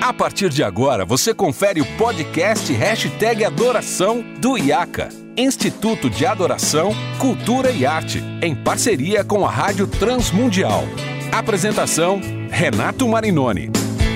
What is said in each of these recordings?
A partir de agora, você confere o podcast #Adoração do IACA, Instituto de Adoração, Cultura e Arte, em parceria com a Rádio Transmundial. Apresentação, Renato Marinoni.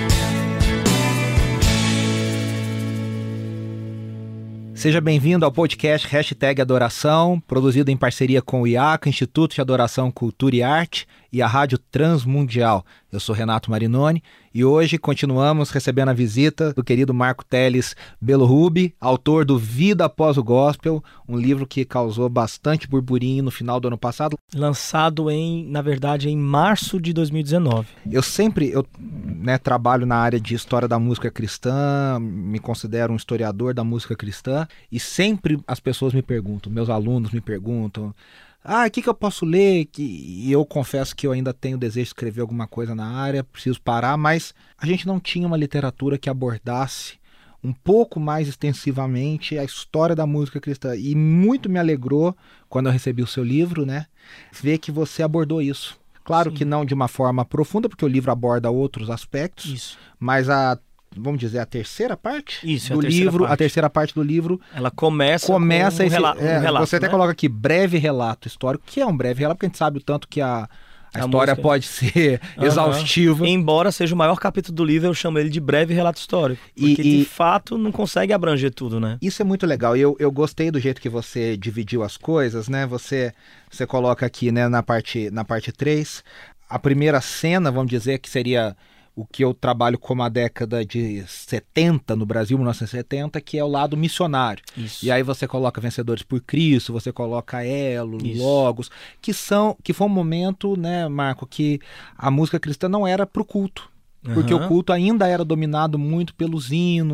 Seja bem-vindo ao podcast #Adoração, produzido em parceria com o IACA, Instituto de Adoração, Cultura e Arte, e a Rádio Transmundial. Eu sou Renato Marinoni e hoje continuamos recebendo a visita do querido Marco Teles Belorubi, autor do Vida Após o Gospel, um livro que causou bastante burburinho no final do ano passado. Lançado na verdade, em março de 2019. Eu trabalho na área de história da música cristã, me considero um historiador da música cristã, e sempre as pessoas me perguntam, meus alunos me perguntam, o que eu posso ler? E eu confesso que eu ainda tenho desejo de escrever alguma coisa na área, preciso parar, mas a gente não tinha uma literatura que abordasse um pouco mais extensivamente a história da música cristã. E muito me alegrou quando eu recebi o seu livro, né? Ver que você abordou isso. Claro, sim, que não de uma forma profunda, porque o livro aborda outros aspectos, isso, mas a terceira parte do livro, a terceira parte do livro, ela começa com um relato, você até coloca aqui, breve relato histórico, que é um breve relato, porque a gente sabe o tanto que a história música pode ser exaustiva. Embora seja o maior capítulo do livro, eu chamo ele de breve relato histórico, porque de fato não consegue abranger tudo, né? Isso é muito legal, e eu gostei do jeito que você dividiu as coisas, né? Você coloca aqui, né, na parte 3, a primeira cena, vamos dizer, que seria o que eu trabalho como a década de 70 no Brasil, 1970, que é o lado missionário. Isso. E aí você coloca Vencedores por Cristo, você coloca Elo, isso, Logos, que foi um momento, né, Marco, que a música cristã não era para o culto. Porque o culto ainda era dominado muito pelos hinos.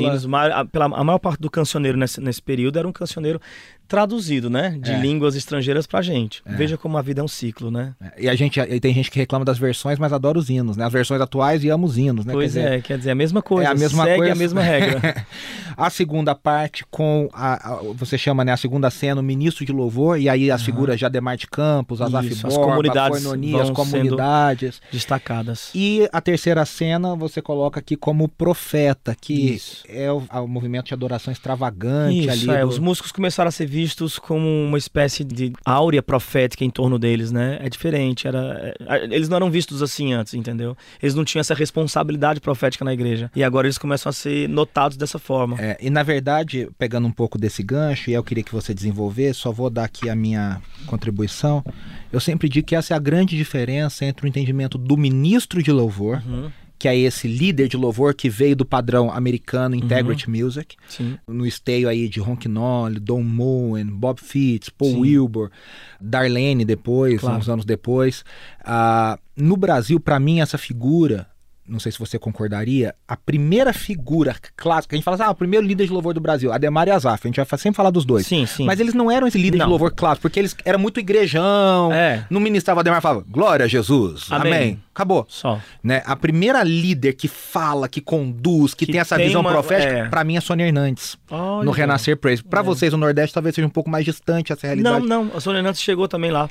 A maior parte do cancioneiro nesse período era um cancioneiro traduzido, né? De línguas estrangeiras pra gente. Veja como a vida é um ciclo, né? E tem gente que reclama das versões, mas adora os hinos, né? As versões atuais e ama os hinos, né? Quer dizer, a mesma coisa. A mesma regra. A segunda parte você chama, né, a segunda cena, o ministro de louvor, e aí as figuras já Ademar de Campos, Asaf Borba, Fornonia, as comunidades destacadas. E a terceira cena você coloca aqui como profeta, que é o movimento de adoração extravagante. Os músicos começaram a ser vistos como uma espécie de áurea profética em torno deles, né? É diferente, eles não eram vistos assim antes, entendeu? Eles não tinham essa responsabilidade profética na igreja, e agora eles começam a ser notados dessa forma. E na verdade, pegando um pouco desse gancho, e eu queria que você desenvolvesse, só vou dar aqui a minha contribuição, eu sempre digo que essa é a grande diferença entre o entendimento do ministro de louvor, que é esse líder de louvor que veio do padrão americano Integrity Music, sim, no esteio aí de Ron Kenoly, Don Moen, Bob Fitts, Paul Wilbur, Darlene depois, uns anos depois. No Brasil, para mim, essa figura, não sei se você concordaria, a primeira figura clássica, a gente fala assim, o primeiro líder de louvor do Brasil, Ademar e Asaf, a gente vai sempre falar dos dois. Sim. Mas eles não eram esse líder de louvor clássico, porque eles eram muito igrejão, no ministrava Ademar falava, glória a Jesus, amém. Acabou. Só. Né? A primeira líder que fala, que conduz, que tem essa visão profética, pra mim é Sônia Hernandes, no Renascer Praise. Pra vocês, o Nordeste talvez seja um pouco mais distante essa realidade. Não, a Sônia Hernandes chegou também lá.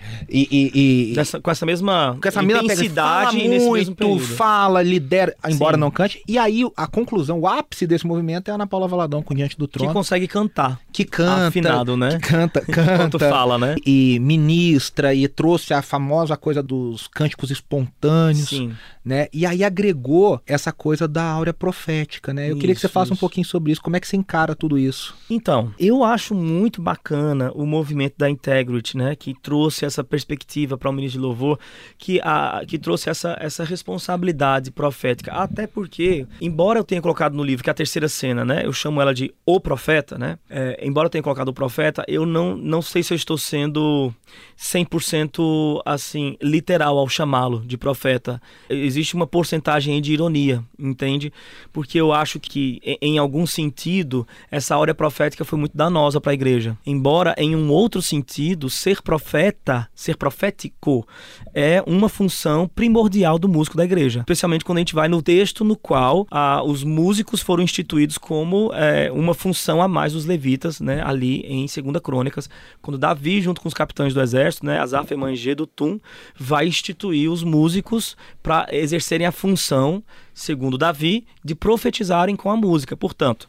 Com essa mesma intensidade fala nesse mesmo período. Fala, lidera, embora não cante. E aí, a conclusão, o ápice desse movimento é a Ana Paula Valadão com Diante do Trono. Que consegue cantar. Que canta. Afinado, né? Que canta. Enquanto fala, né? E ministra, e trouxe a famosa coisa dos cânticos espontâneos. Sim. Né? E aí agregou essa coisa da áurea profética, né? Eu queria que você falasse um pouquinho sobre isso. Como é que você encara tudo isso? Então, eu acho muito bacana o movimento da Integrity, né? Que trouxe essa perspectiva para o ministro de louvor, que trouxe essa responsabilidade profética. Até porque, embora eu tenha colocado no livro que a terceira cena, né? Eu chamo ela de O Profeta, né? Embora eu tenha colocado o profeta, eu não sei se eu estou sendo 100% assim, literal ao chamá-lo de profeta. Existe uma porcentagem aí de ironia, entende? Porque eu acho que, em algum sentido, essa áurea profética foi muito danosa para a igreja. Embora, em um outro sentido, ser profeta, ser profético, é uma função primordial do músico da igreja. Especialmente quando gente vai no texto no qual os músicos foram instituídos como uma função a mais dos levitas, né, ali em 2 Crônicas, quando Davi, junto com os capitães do exército, né, Asaf, Emã e Jedutum, vai instituir os músicos para exercerem a função, segundo Davi, de profetizarem com a música. Portanto,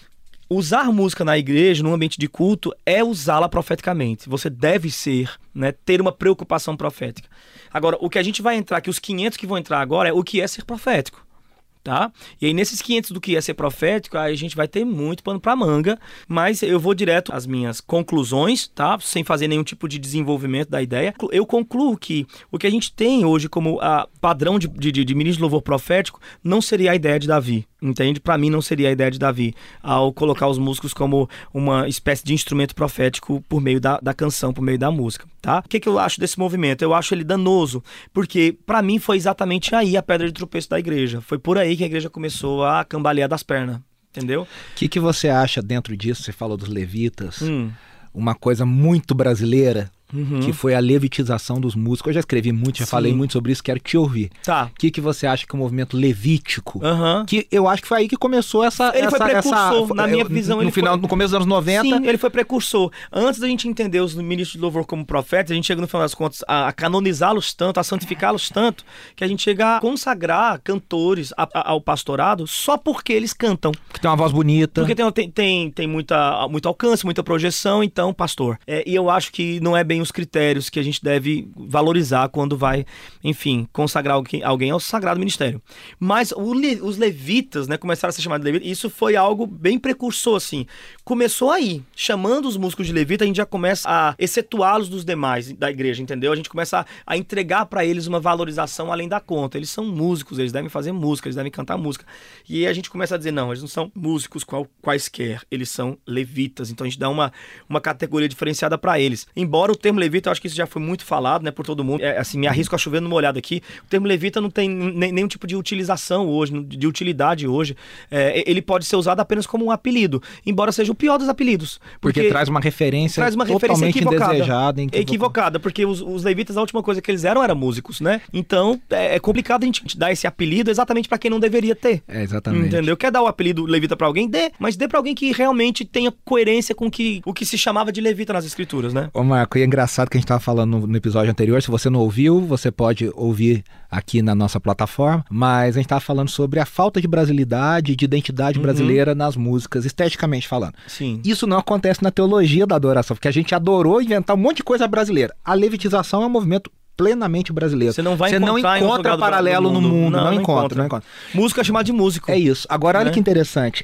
usar música na igreja, num ambiente de culto, é usá-la profeticamente. Você deve ser, né, ter uma preocupação profética. Agora, o que a gente vai entrar, que os 500 que vão entrar agora, é o que é ser profético. Tá? E aí nesses 500 do que é ser profético, aí a gente vai ter muito pano pra manga, mas eu vou direto às minhas conclusões, tá? Sem fazer nenhum tipo de desenvolvimento da ideia. Eu concluo que o que a gente tem hoje como padrão de ministro de louvor profético não seria a ideia de Davi, entende? Para mim não seria a ideia de Davi ao colocar os músicos como uma espécie de instrumento profético por meio da canção, por meio da música, tá? O que eu acho desse movimento? Eu acho ele danoso, porque para mim foi exatamente aí a pedra de tropeço da igreja. Foi por aí que a igreja começou a cambalear das pernas, entendeu? O que você acha dentro disso? Você falou dos levitas, uma coisa muito brasileira, que foi a levitização dos músicos. Eu já escrevi muito, já falei muito sobre isso, quero te ouvir. Tá. O que você acha que é o movimento levítico? Que eu acho que foi aí que começou ele foi precursor, na minha visão. No começo dos anos 90. Sim, ele foi precursor. Antes da gente entender os ministros de louvor como profetas, a gente chega no final das contas a canonizá-los tanto, a santificá-los tanto, que a gente chega a consagrar cantores ao pastorado só porque eles cantam. Porque tem uma voz bonita. Porque tem muito alcance, muita projeção, então, pastor. E eu acho que não é bem os critérios que a gente deve valorizar quando vai, enfim, consagrar alguém ao sagrado ministério. Mas os levitas, né, começaram a ser chamados de levitas, isso foi algo bem precursor, assim. Começou aí, chamando os músicos de levita, a gente já começa a excetuá-los dos demais da igreja, entendeu? A gente começa a entregar para eles uma valorização além da conta. Eles são músicos, eles devem fazer música, eles devem cantar música. E aí a gente começa a dizer, não, eles não são músicos quaisquer, eles são levitas. Então a gente dá uma categoria diferenciada para eles. Embora o termo levita, eu acho que isso já foi muito falado, né, por todo mundo. Assim, me arrisco a chover numa olhada aqui. O termo levita não tem nenhum tipo de utilização hoje, de utilidade hoje. Ele pode ser usado apenas como um apelido, embora seja o pior dos apelidos. Porque traz uma referência totalmente indesejada. Equivocada, porque os levitas, a última coisa que eles eram músicos, né? Então, é complicado a gente dar esse apelido exatamente para quem não deveria ter. Exatamente. Entendeu? Quer dar o apelido levita para alguém? Mas dê para alguém que realmente tenha coerência com o que se chamava de levita nas escrituras, né? Ô Marco, e é engraçado que a gente estava falando no episódio anterior, se você não ouviu, você pode ouvir aqui na nossa plataforma, mas a gente estava falando sobre a falta de brasilidade, de identidade brasileira nas músicas, esteticamente falando. Sim. Isso não acontece na teologia da adoração, porque a gente adorou inventar um monte de coisa brasileira. A levitização é um movimento plenamente brasileiro. Você não encontra paralelo no mundo. Não encontra. Músico é chamado de músico. É isso. Agora, olha que interessante.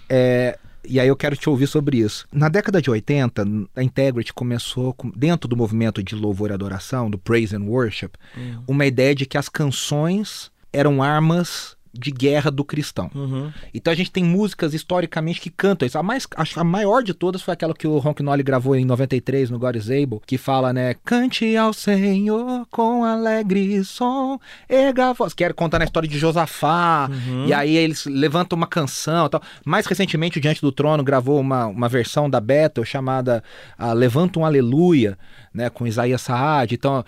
E aí eu quero te ouvir sobre isso. Na década de 80, a Integrity começou, dentro do movimento de louvor e adoração, do Praise and Worship, uma ideia de que as canções eram armas de guerra do cristão. Então a gente tem músicas historicamente que cantam isso. Acho que a maior de todas foi aquela que o Ron Kenoly gravou em 93 no God is Able, que fala, né, cante ao Senhor com alegre som, erga a voz, que era contando a história de Josafá, e aí eles levantam uma canção e tal. Mais recentemente o Diante do Trono gravou uma versão da Bethel chamada Levanta um Aleluia, né, com Isaías Saad. Então,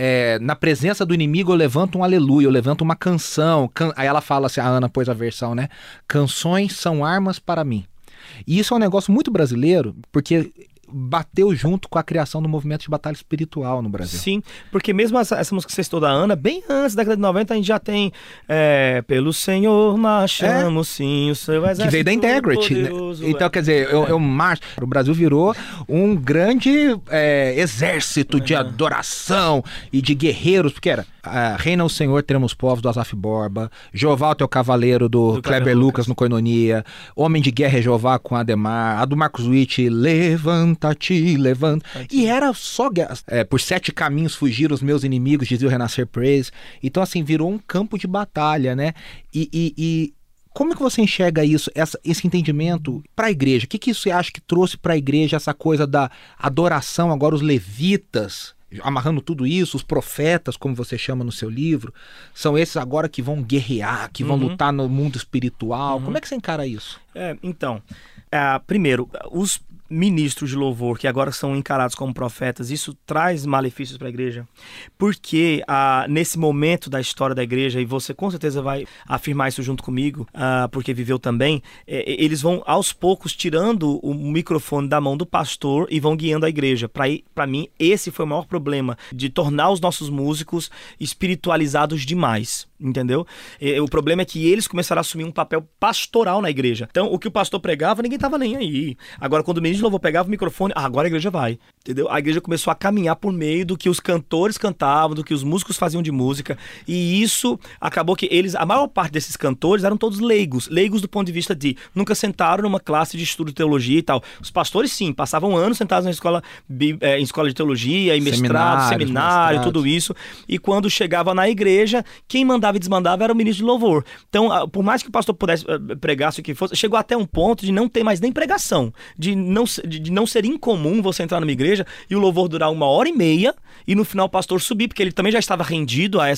na presença do inimigo eu levanto um aleluia, eu levanto uma canção. Aí ela fala assim, a Ana pôs a versão, né? Canções são armas para mim. E isso é um negócio muito brasileiro, porque bateu junto com a criação do movimento de batalha espiritual no Brasil. Sim, porque mesmo essa música que você citou da Ana, bem antes da década de 90, a gente já tem pelo Senhor marchamos, sim, o seu exército que veio da Integrity, né? Então, quer dizer, eu marcho. O Brasil virou um grande exército de adoração e de guerreiros, porque era Reina o Senhor, teremos povos do Asaf Borba, Jeová o teu cavaleiro do Kleber Lucas no Koinonia, Homem de Guerra é Jeová com Ademar, a do Marcos Witt, levanta-te, levanta. E era só guerra. Por 7 caminhos fugiram os meus inimigos, dizia o Renascer Praise. Então, assim, virou um campo de batalha, né? E como é que você enxerga isso, esse entendimento para a igreja? O que isso você acha que trouxe para a igreja essa coisa da adoração, agora os levitas, amarrando tudo isso, os profetas, como você chama no seu livro, são esses agora que vão guerrear, que vão lutar no mundo espiritual. Como é que você encara isso? Então, primeiro, os ministros de louvor que agora são encarados como profetas, isso traz malefícios para a igreja? Porque nesse momento da história da igreja, e você com certeza vai afirmar isso junto comigo, porque viveu também, eles vão aos poucos tirando o microfone da mão do pastor e vão guiando a igreja. Para mim, esse foi o maior problema, de tornar os nossos músicos espiritualizados demais, entendeu? O problema é que eles começaram a assumir um papel pastoral na igreja. Então, o que o pastor pregava, ninguém tava nem aí. Agora, quando o ministro de louvor pegava o microfone, agora a igreja vai, entendeu? A igreja começou a caminhar por meio do que os cantores cantavam, do que os músicos faziam de música, e isso acabou que a maior parte desses cantores eram todos leigos do ponto de vista de nunca sentaram numa classe de estudo de teologia e tal. Os pastores, sim, passavam anos sentados em escola de teologia, em mestrado, seminário, tudo isso, e quando chegava na igreja, quem mandava e desmandava era o ministro de louvor. Então, por mais que o pastor pudesse pregasse o que fosse, chegou até um ponto de não ter mais nem pregação, de não ser incomum você entrar numa igreja e o louvor durar 1h30 e no final o pastor subir, porque ele também já estava rendido a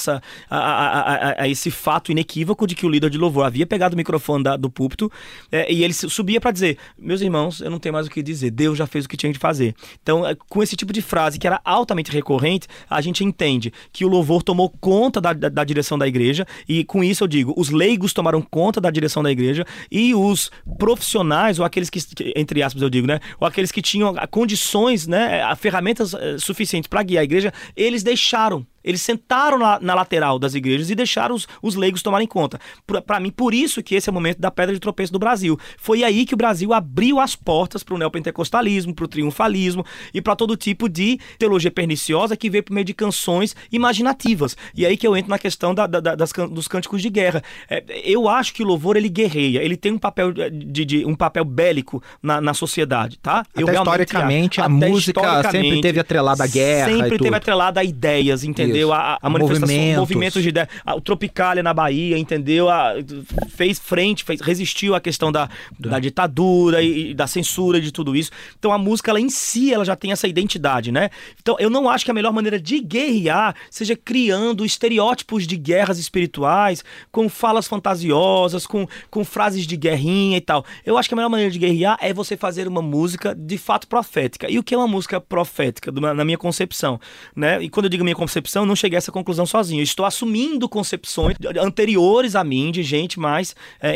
esse fato inequívoco de que o líder de louvor havia pegado o microfone do púlpito, e ele subia para dizer: meus irmãos, eu não tenho mais o que dizer, Deus já fez o que tinha de fazer. Então, com esse tipo de frase que era altamente recorrente, a gente entende que o louvor tomou conta da direção da igreja, e com isso eu digo, os leigos tomaram conta da direção da igreja, e os profissionais, ou aqueles que, entre aspas eu digo, né, ou aqueles que tinham condições, né, ferramentas suficientes para guiar a igreja, eles sentaram na lateral das igrejas e deixaram os leigos tomarem conta. Para mim, por isso que esse é o momento da pedra de tropeço do Brasil. Foi aí que o Brasil abriu as portas para o neopentecostalismo, para o triunfalismo e para todo tipo de teologia perniciosa que veio por meio de canções imaginativas. E aí que eu entro na questão dos cânticos de guerra. Eu acho que o louvor, ele guerreia, ele tem um papel um papel bélico na sociedade, tá? Historicamente, a música sempre teve atrelada à guerra. Sempre teve atrelada a ideias, entendeu? A manifestação, movimentos de ideia, o Tropicália na Bahia, entendeu? Fez frente, resistiu à questão da ditadura e da censura, de tudo isso. Então a música, ela em si, ela já tem essa identidade, né? Então eu não acho que a melhor maneira de guerrear seja criando estereótipos de guerras espirituais, com falas fantasiosas, com frases de guerrinha e tal. Eu acho que a melhor maneira de guerrear é você fazer uma música de fato profética. E o que é uma música profética, na minha concepção, né? E quando eu digo minha concepção, eu não cheguei a essa conclusão sozinho. Eu estou assumindo concepções anteriores a mim, de gente mais,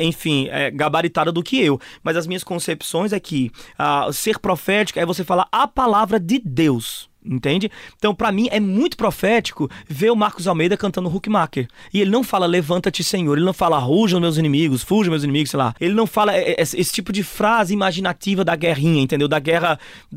gabaritada do que eu. Mas as minhas concepções é que ser profético é você falar a palavra de Deus. Entende? Então, pra mim, é muito profético ver o Marcos Almeida cantando Huckmacher. E ele não fala levanta-te, Senhor. Ele não fala rujam meus inimigos, fujam meus inimigos, sei lá. Ele não fala esse tipo de frase imaginativa da guerrinha, entendeu? Da guerra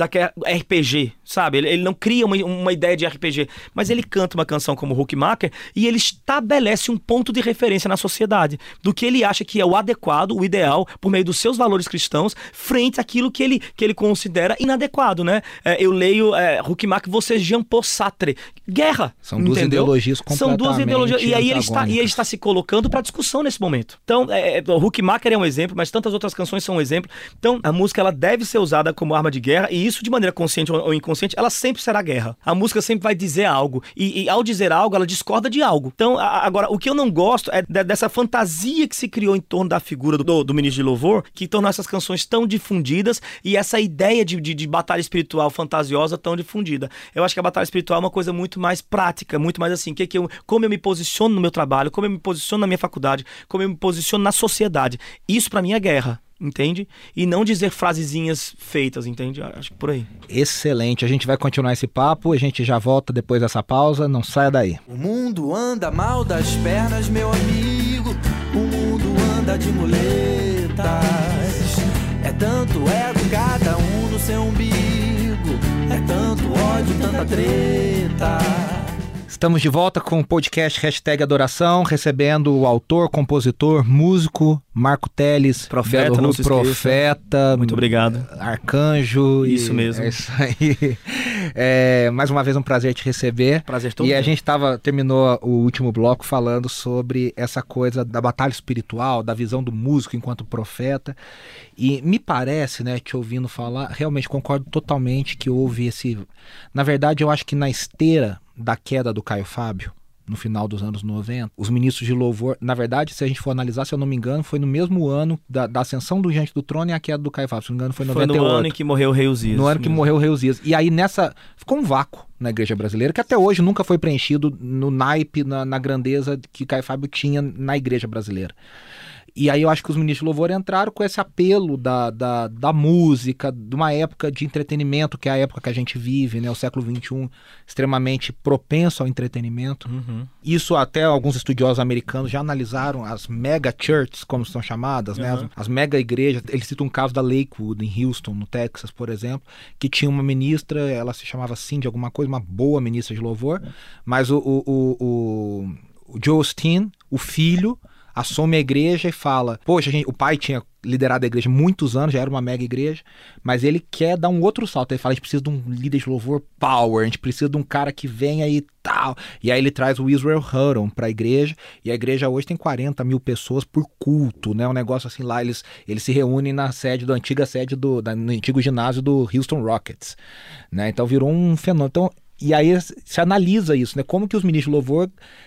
RPG, sabe? Ele não cria uma ideia de RPG. Mas ele canta uma canção como Huckmacher e ele estabelece um ponto de referência na sociedade do que ele acha que é o adequado, o ideal, por meio dos seus valores cristãos, frente àquilo que ele considera inadequado, né? Eu leio Huckmacher, que você Jean-Paul Sartre. Guerra. São duas ideologias completamente. São duas ideologias. E aí ele está se colocando para discussão nesse momento. Então, o Huckmacher é um exemplo, mas tantas outras canções são um exemplo. Então, a música, ela deve ser usada como arma de guerra, e isso de maneira consciente ou inconsciente, ela sempre será guerra. A música sempre vai dizer algo. E ao dizer algo, ela discorda de algo. Então, agora, o que eu não gosto é dessa fantasia que se criou em torno da figura do ministro de louvor, que tornou essas canções tão difundidas e essa ideia de batalha espiritual fantasiosa tão difundida. Eu acho que a batalha espiritual é uma coisa muito mais prática, muito mais assim, como eu me posiciono no meu trabalho, como eu me posiciono na minha faculdade, como eu me posiciono na sociedade. Isso pra mim é guerra, entende? E não dizer frasezinhas feitas, entende? Acho que por aí. Excelente, a gente vai continuar esse papo, a gente já volta depois dessa pausa, não saia daí. O mundo anda mal das pernas, meu amigo, o mundo anda de muletas, é tanto ego, cada um no seu umbigo, é tanto ódio, tanta treta. Estamos de volta com o podcast #Adoração, recebendo o autor, compositor, músico, Marco Teles, profeta, não se esqueça. Profeta, muito obrigado. Arcanjo. Isso mesmo. É isso aí. Mais uma vez um prazer te receber. Prazer todo. E a gente terminou o último bloco falando sobre essa coisa da batalha espiritual, da visão do músico enquanto profeta. E me parece, né, te ouvindo falar, realmente concordo totalmente que houve esse... Na verdade, eu acho que na esteira da queda do Caio Fábio, no final dos anos 90. Os ministros de louvor, na verdade, se a gente for analisar, se eu não me engano, foi no mesmo ano da ascensão do Diante do Trono e a queda do Caifás. Se não me engano, foi em 98. Foi no ano em que morreu o rei Uzias. No ano que morreu o rei Uzias. E aí ficou um vácuo na igreja brasileira, que até hoje nunca foi preenchido no naipe, na grandeza que Caio Fábio tinha na igreja brasileira. E aí eu acho que os ministros de louvor entraram com esse apelo da música, de uma época de entretenimento, que é a época que a gente vive, né? O século XXI extremamente propenso ao entretenimento. Isso até alguns estudiosos americanos já analisaram as mega churches, como são chamadas, né? As mega igrejas. Eles citam um caso da Lakewood, em Houston, no Texas, por exemplo, que tinha uma ministra, ela se chamava Cindy alguma coisa, uma boa ministra de louvor, mas o Joe Osteen, o filho, assume a igreja e fala, poxa, o pai tinha liderado a igreja muitos anos, já era uma mega igreja, mas ele quer dar um outro salto. Ele fala, a gente precisa de um líder de louvor power, a gente precisa de um cara que venha e tal. E aí ele traz o Israel Hutton para a igreja, e a igreja hoje tem 40 mil pessoas por culto, né? Um negócio assim lá, eles se reúnem na antiga sede no antigo ginásio do Houston Rockets, né? Então virou um fenômeno. Então, e aí se analisa isso, né? Como que os ministros de louvor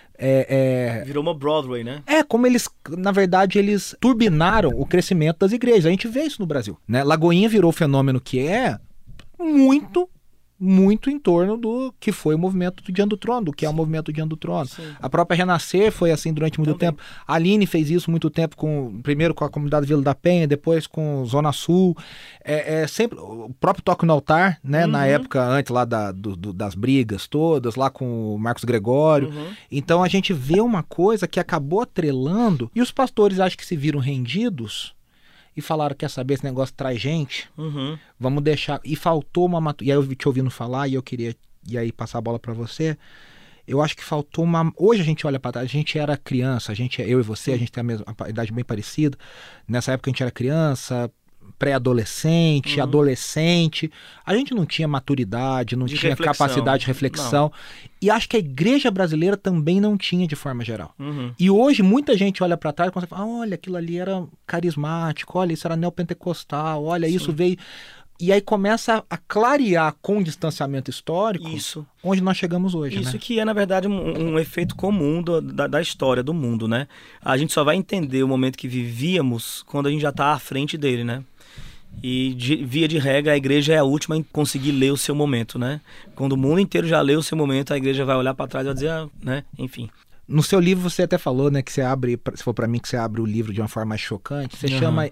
virou uma Broadway, né? Como eles, na verdade, eles turbinaram o crescimento das igrejas. A gente vê isso no Brasil, né? Lagoinha virou o fenômeno que é muito em torno do que foi o movimento do Diante do Trono, do que é o movimento do Diante do Trono. Sim. A própria Renascer foi assim durante muito tempo. A Aline fez isso muito tempo, primeiro com a comunidade Vila da Penha, depois com Zona Sul. Sempre o próprio Toque no Altar, né? Na época antes lá das brigas todas, lá com o Marcos Gregório. Então a gente vê uma coisa que acabou atrelando, e os pastores acho que se viram rendidos e falaram, quer saber, esse negócio traz gente, vamos deixar. E faltou uma maturidade. E aí eu te ouvindo falar, e eu queria passar a bola para você. Eu acho que faltou uma... Hoje a gente olha para trás, a gente era criança, eu e você, a gente tem a idade bem parecida. Nessa época a gente era criança, pré-adolescente, adolescente. A gente não tinha maturidade, não tinha capacidade de reflexão. Não. E acho que a igreja brasileira também não tinha de forma geral. E hoje muita gente olha para trás e consegue falar, olha, aquilo ali era carismático, olha, isso era neopentecostal, olha, isso veio... E aí começa a clarear com o distanciamento histórico onde nós chegamos hoje. Isso, né? Que é, na verdade, um efeito comum da história do mundo, né? A gente só vai entender o momento que vivíamos quando a gente já está à frente dele, né? E, via de regra, a igreja é a última em conseguir ler o seu momento, né? Quando o mundo inteiro já leu o seu momento, a igreja vai olhar para trás e vai dizer, né? Enfim. No seu livro você até falou, né, que você abre, se for para mim, que você abre o livro de uma forma mais chocante, você chama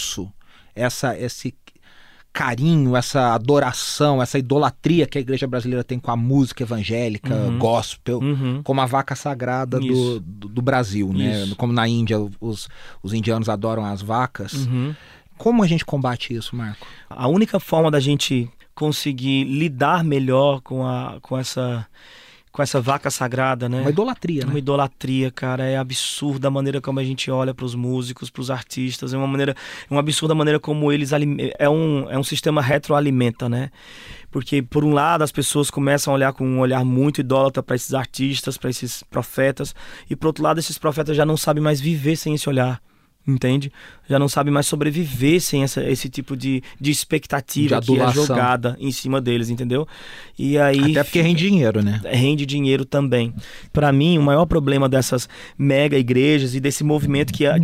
esse carinho, essa adoração, essa idolatria que a igreja brasileira tem com a música evangélica, gospel, como a vaca sagrada do Brasil, né? Como na Índia os indianos adoram as vacas. Como a gente combate isso, Marco? A única forma da gente conseguir lidar melhor com essa vaca sagrada, né? Uma idolatria, né? Uma idolatria, cara. É absurda a maneira como a gente olha para os músicos, para os artistas. É uma absurda maneira como eles... É um sistema retroalimenta, né? Porque, por um lado, as pessoas começam a olhar com um olhar muito idólatra para esses artistas, para esses profetas. E, por outro lado, esses profetas já não sabem mais viver sem esse olhar. Entende? Já não sabe mais sobreviver sem esse tipo de expectativa que é jogada em cima deles, entendeu? E aí, até porque rende dinheiro, né? Rende dinheiro também. Para mim, o maior problema dessas mega igrejas e desse movimento que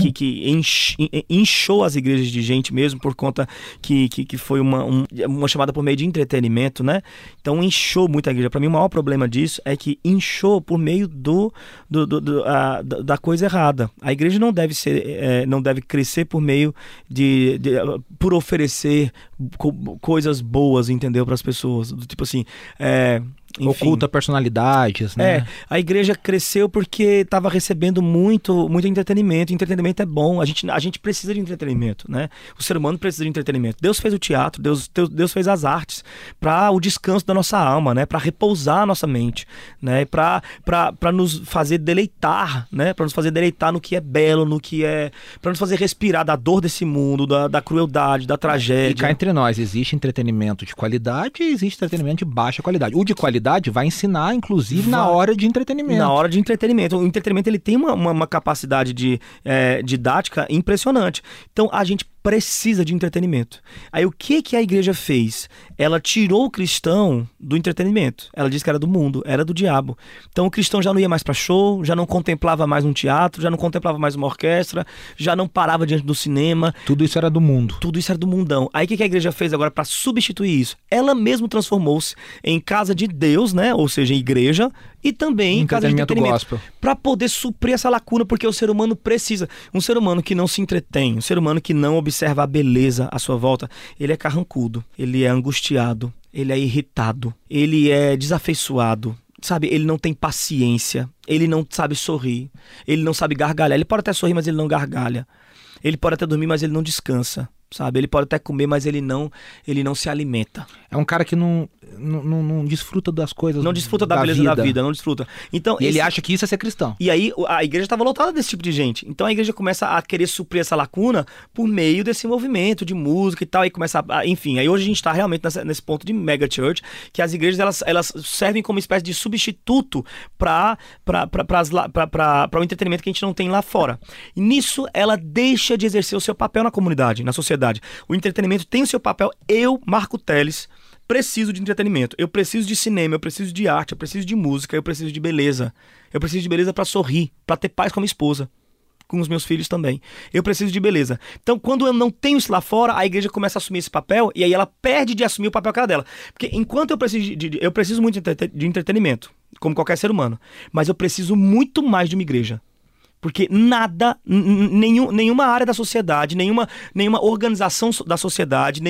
inchou as igrejas de gente mesmo, por conta que foi uma chamada por meio de entretenimento, né? Então inchou muito a igreja. Para mim, o maior problema disso é que inchou por meio da coisa errada. A igreja não deve ser... não deve crescer por meio por oferecer coisas boas, entendeu? Para as pessoas. Tipo assim, enfim, oculta personalidades, né? A igreja cresceu porque estava recebendo muito entretenimento. Entretenimento é bom. A gente precisa de entretenimento, né? O ser humano precisa de entretenimento. Deus fez o teatro, Deus fez as artes para o descanso da nossa alma, né? Para repousar a nossa mente, né? Para nos fazer deleitar, né? Para nos fazer deleitar no que é belo, no que é... Para nos fazer respirar da dor desse mundo, da crueldade, da tragédia. E cá entre nós, existe entretenimento de qualidade e existe entretenimento de baixa qualidade. O de qualidade vai ensinar, inclusive, na hora de entretenimento. Na hora de entretenimento. O entretenimento ele tem uma capacidade didática impressionante. Então, a gente precisa de entretenimento. Aí o que a igreja fez? Ela tirou o cristão do entretenimento. Ela disse que era do mundo, era do diabo. Então o cristão já não ia mais para show, já não contemplava mais um teatro, já não contemplava mais uma orquestra, já não parava diante do cinema. Tudo isso era do mundo. Tudo isso era do mundão. Aí o que a igreja fez agora para substituir isso? Ela mesmo transformou-se em casa de Deus, né? Ou seja, em igreja, e também em casa de entretenimento. Para poder suprir essa lacuna, porque o ser humano precisa. Um ser humano que não se entretém, um ser humano que não observa a beleza à sua volta, ele é carrancudo, ele é angustiado, ele é irritado, ele é desafeiçoado. Sabe, ele não tem paciência, ele não sabe sorrir, ele não sabe gargalhar. Ele pode até sorrir, mas ele não gargalha. Ele pode até dormir, mas ele não descansa. Sabe, ele pode até comer, mas ele não se alimenta. É um cara que não desfruta das coisas. Não desfruta da beleza da vida, não desfruta. Então, ele acha que isso é ser cristão. E aí a igreja estava lotada desse tipo de gente. Então a igreja começa a querer suprir essa lacuna por meio desse movimento de música e tal. E começa enfim, aí hoje a gente está realmente nesse ponto de mega church, que as igrejas elas servem como uma espécie de substituto para o entretenimento que a gente não tem lá fora. E nisso ela deixa de exercer o seu papel na comunidade, na sociedade. O entretenimento tem o seu papel. Eu, Marco Teles, preciso de entretenimento. Eu preciso de cinema, eu preciso de arte, eu preciso de música, eu preciso de beleza. Eu preciso de beleza para sorrir, para ter paz com a minha esposa, com os meus filhos também. Eu preciso de beleza. Então, quando eu não tenho isso lá fora, a igreja começa a assumir esse papel e aí ela perde de assumir o papel que era dela. Porque enquanto eu preciso muito de entretenimento, como qualquer ser humano, mas eu preciso muito mais de uma igreja. Porque nenhuma área da sociedade, nenhuma organização da sociedade,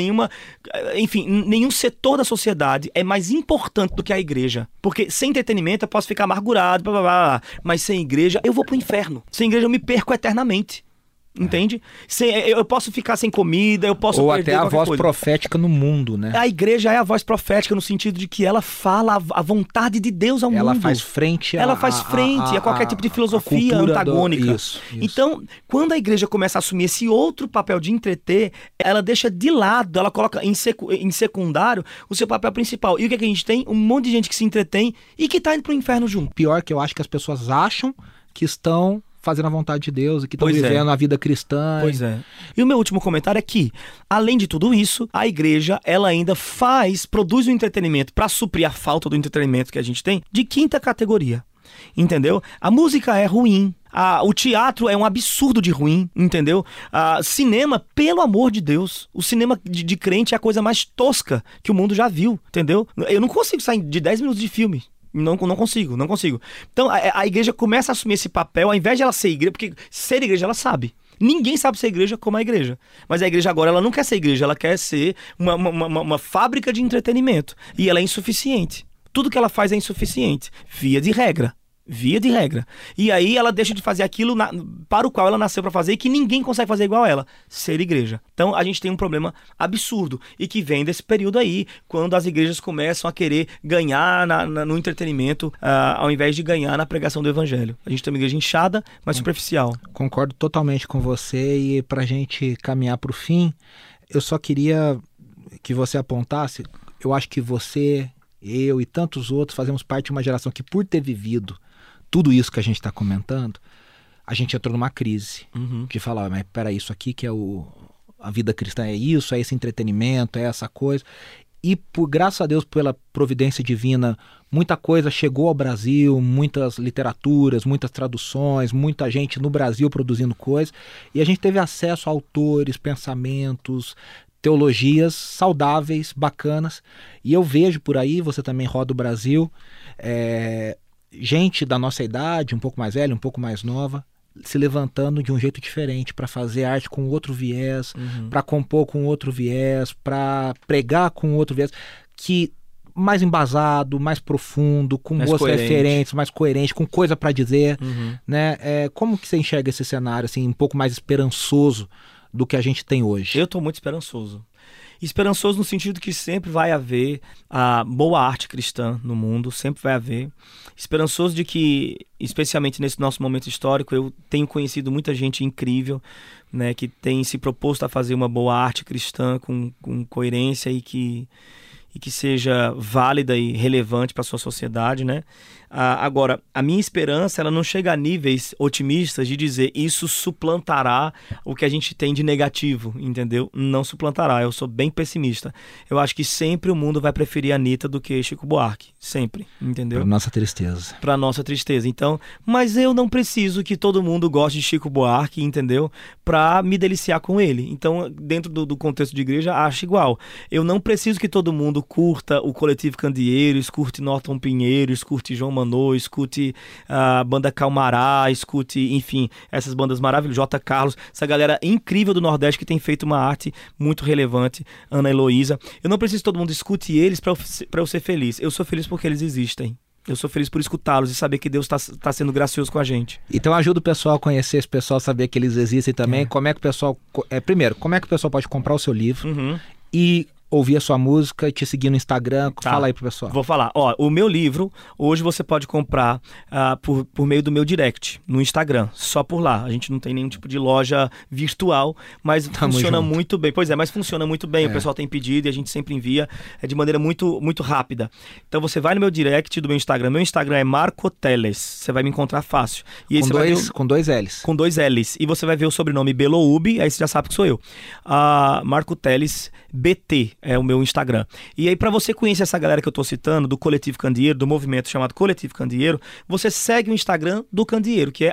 nenhum setor da sociedade é mais importante do que a igreja. Porque sem entretenimento eu posso ficar amargurado, blá, blá, blá, mas sem igreja eu vou pro inferno. Sem igreja eu me perco eternamente. Entende? Eu posso ficar sem comida, eu posso ou perder até a voz coisa. Profética no mundo, né? A igreja é a voz profética no sentido de que ela fala a vontade de Deus ao mundo. Ela faz frente a qualquer tipo de filosofia antagônica. Isso. Então, quando a igreja começa a assumir esse outro papel de entreter, ela deixa de lado, ela coloca em secundário o seu papel principal. E o que a gente tem? Um monte de gente que se entretém e que tá indo pro inferno junto. Pior que eu acho que as pessoas acham que estão fazendo a vontade de Deus e que estão vivendo a vida cristã. Pois é. E o meu último comentário é que, além de tudo isso, a igreja, ela ainda produz um entretenimento para suprir a falta do entretenimento que a gente tem de quinta categoria. Entendeu? A música é ruim. O teatro é um absurdo de ruim, entendeu? Cinema, pelo amor de Deus, o cinema de crente é a coisa mais tosca que o mundo já viu, entendeu? Eu não consigo sair de 10 minutos de filme. Não consigo. Então a igreja começa a assumir esse papel, ao invés de ela ser igreja, porque ser igreja ela sabe. Ninguém sabe ser igreja como a igreja. Mas a igreja agora ela não quer ser igreja, ela quer ser uma fábrica de entretenimento. E ela é insuficiente. Tudo que ela faz é insuficiente, via de regra. E aí ela deixa de fazer aquilo para o qual ela nasceu para fazer e que ninguém consegue fazer igual a ela, ser igreja. Então a gente tem um problema absurdo e que vem desse período aí, quando as igrejas começam a querer ganhar no entretenimento, ao invés de ganhar na pregação do evangelho. A gente tem uma igreja inchada, mas superficial. Concordo totalmente com você, e pra gente caminhar pro fim, eu só queria que você apontasse, eu acho que você, eu e tantos outros fazemos parte de uma geração que, por ter vivido tudo isso que a gente está comentando, a gente entrou numa crise de falar, mas peraí, isso aqui que é a vida cristã é isso, é esse entretenimento, é essa coisa. E por graças a Deus, pela providência divina, muita coisa chegou ao Brasil, muitas literaturas, muitas traduções, muita gente no Brasil produzindo coisas, e a gente teve acesso a autores, pensamentos, teologias saudáveis, bacanas. E eu vejo por aí, você também roda o Brasil, gente da nossa idade, um pouco mais velha, um pouco mais nova, se levantando de um jeito diferente para fazer arte com outro viés, para compor com outro viés, para pregar com outro viés, que mais embasado, mais profundo, com boas referências, mais coerente, com coisa para dizer, né? Como que você enxerga esse cenário assim, um pouco mais esperançoso do que a gente tem hoje? Eu estou muito esperançoso. Esperançoso no sentido que sempre vai haver a boa arte cristã no mundo, sempre vai haver. Esperançoso de que, especialmente nesse nosso momento histórico, eu tenho conhecido muita gente incrível, né, que tem se proposto a fazer uma boa arte cristã com coerência e que seja válida e relevante para a sua sociedade, né? Agora, a minha esperança, ela não chega a níveis otimistas de dizer isso suplantará o que a gente tem de negativo, entendeu? Não suplantará, eu sou bem pessimista. Eu acho que sempre o mundo vai preferir a Anitta do que Chico Buarque, sempre, entendeu? Pra nossa tristeza. Pra nossa tristeza, então, mas eu não preciso que todo mundo goste de Chico Buarque, entendeu? Pra me deliciar com ele. Então, dentro do contexto de igreja, acho igual. Eu não preciso que todo mundo curta o Coletivo Candeeiro, escute Norton Pinheiro, escute João Manô, escute a banda Calmará, escute, enfim, essas bandas maravilhosas, J. Carlos, essa galera incrível do Nordeste que tem feito uma arte muito relevante, Ana Heloísa. Eu não preciso que todo mundo escute eles pra eu ser feliz. Eu sou feliz porque eles existem. Eu sou feliz por escutá-los e saber que Deus está sendo gracioso com a gente. Então ajuda o pessoal a conhecer esse pessoal, saber que eles existem também. Como é que o pessoal... primeiro, como é que o pessoal pode comprar o seu livro e ouvir a sua música e te seguir no Instagram? Fala aí pro pessoal. Vou falar. Ó, o meu livro, hoje você pode comprar por meio do meu direct, no Instagram, só por lá. A gente não tem nenhum tipo de loja virtual, mas funciona muito bem. Pois é, mas funciona muito bem. O pessoal tem pedido e a gente sempre envia de maneira muito, muito rápida. Então você vai no meu direct do meu Instagram. Meu Instagram é Marco Teles. Você vai me encontrar fácil. E aí com dois L's. Com 2 L's. E você vai ver o sobrenome Beloub, aí você já sabe que sou eu. Marco Teles BT. É o meu Instagram. E aí, para você conhecer essa galera que eu tô citando, do Coletivo Candeeiro, do movimento chamado Coletivo Candeeiro, você segue o Instagram do Candeeiro, que é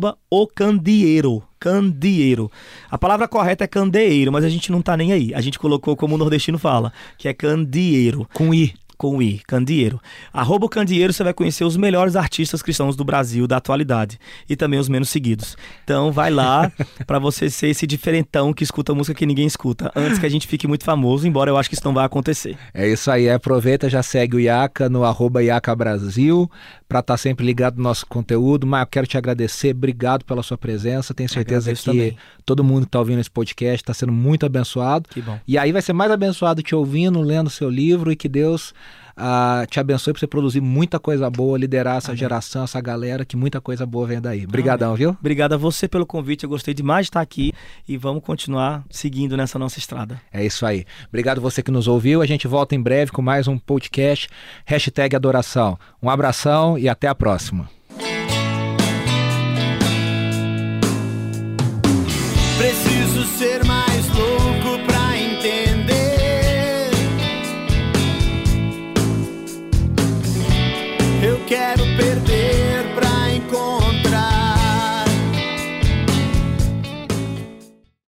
@ocandieiro. Candeeiro. A palavra correta é candeeiro, mas a gente não tá nem aí. A gente colocou como o nordestino fala, que é candeeiro. Com I. Com I, Candeeiro. @o Candeeiro você vai conhecer os melhores artistas cristãos do Brasil, da atualidade. E também os menos seguidos. Então vai lá pra você ser esse diferentão que escuta música que ninguém escuta. Antes que a gente fique muito famoso, embora eu acho que isso não vai acontecer. É isso aí. Aproveita, já segue o Iaka no @IakaBrasil pra estar sempre ligado no nosso conteúdo. Mas eu quero te agradecer. Obrigado pela sua presença. Tenho certeza que também. Todo mundo que tá ouvindo esse podcast tá sendo muito abençoado. Que bom. E aí vai ser mais abençoado te ouvindo, lendo seu livro e que Deus te abençoe para você produzir muita coisa boa, liderar essa geração, essa galera, que muita coisa boa vem daí. Obrigadão, viu? Obrigado a você pelo convite, eu gostei demais de estar aqui e vamos continuar seguindo nessa nossa estrada. É isso aí. Obrigado você que nos ouviu, a gente volta em breve com mais um podcast, #Adoração. Um abração e até a próxima. Preciso ser mais louco.